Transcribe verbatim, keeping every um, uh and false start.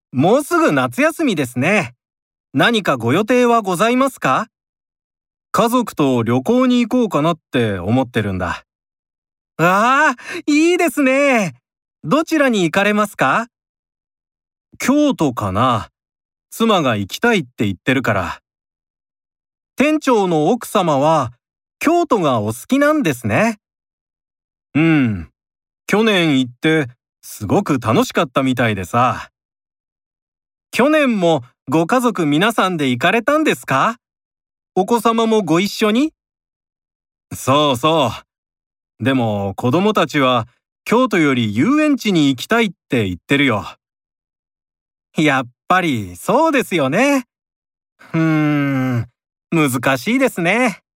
もうすぐ夏休みですね。何かご予定はございますか？家族と旅行に行こうかなって思ってるんだ。ああ、いいですね。どちらに行かれますか？京都かな。妻が行きたいって言ってるから。店長の奥様は京都がお好きなんですね。うん。去年行ってすごく楽しかったみたいでさ。去年もご家族皆さんで行かれたんですか？お子様もご一緒に？そうそう。でも子供たちは京都より遊園地に行きたいって言ってるよ。やっぱりそうですよね。うーん、難しいですね。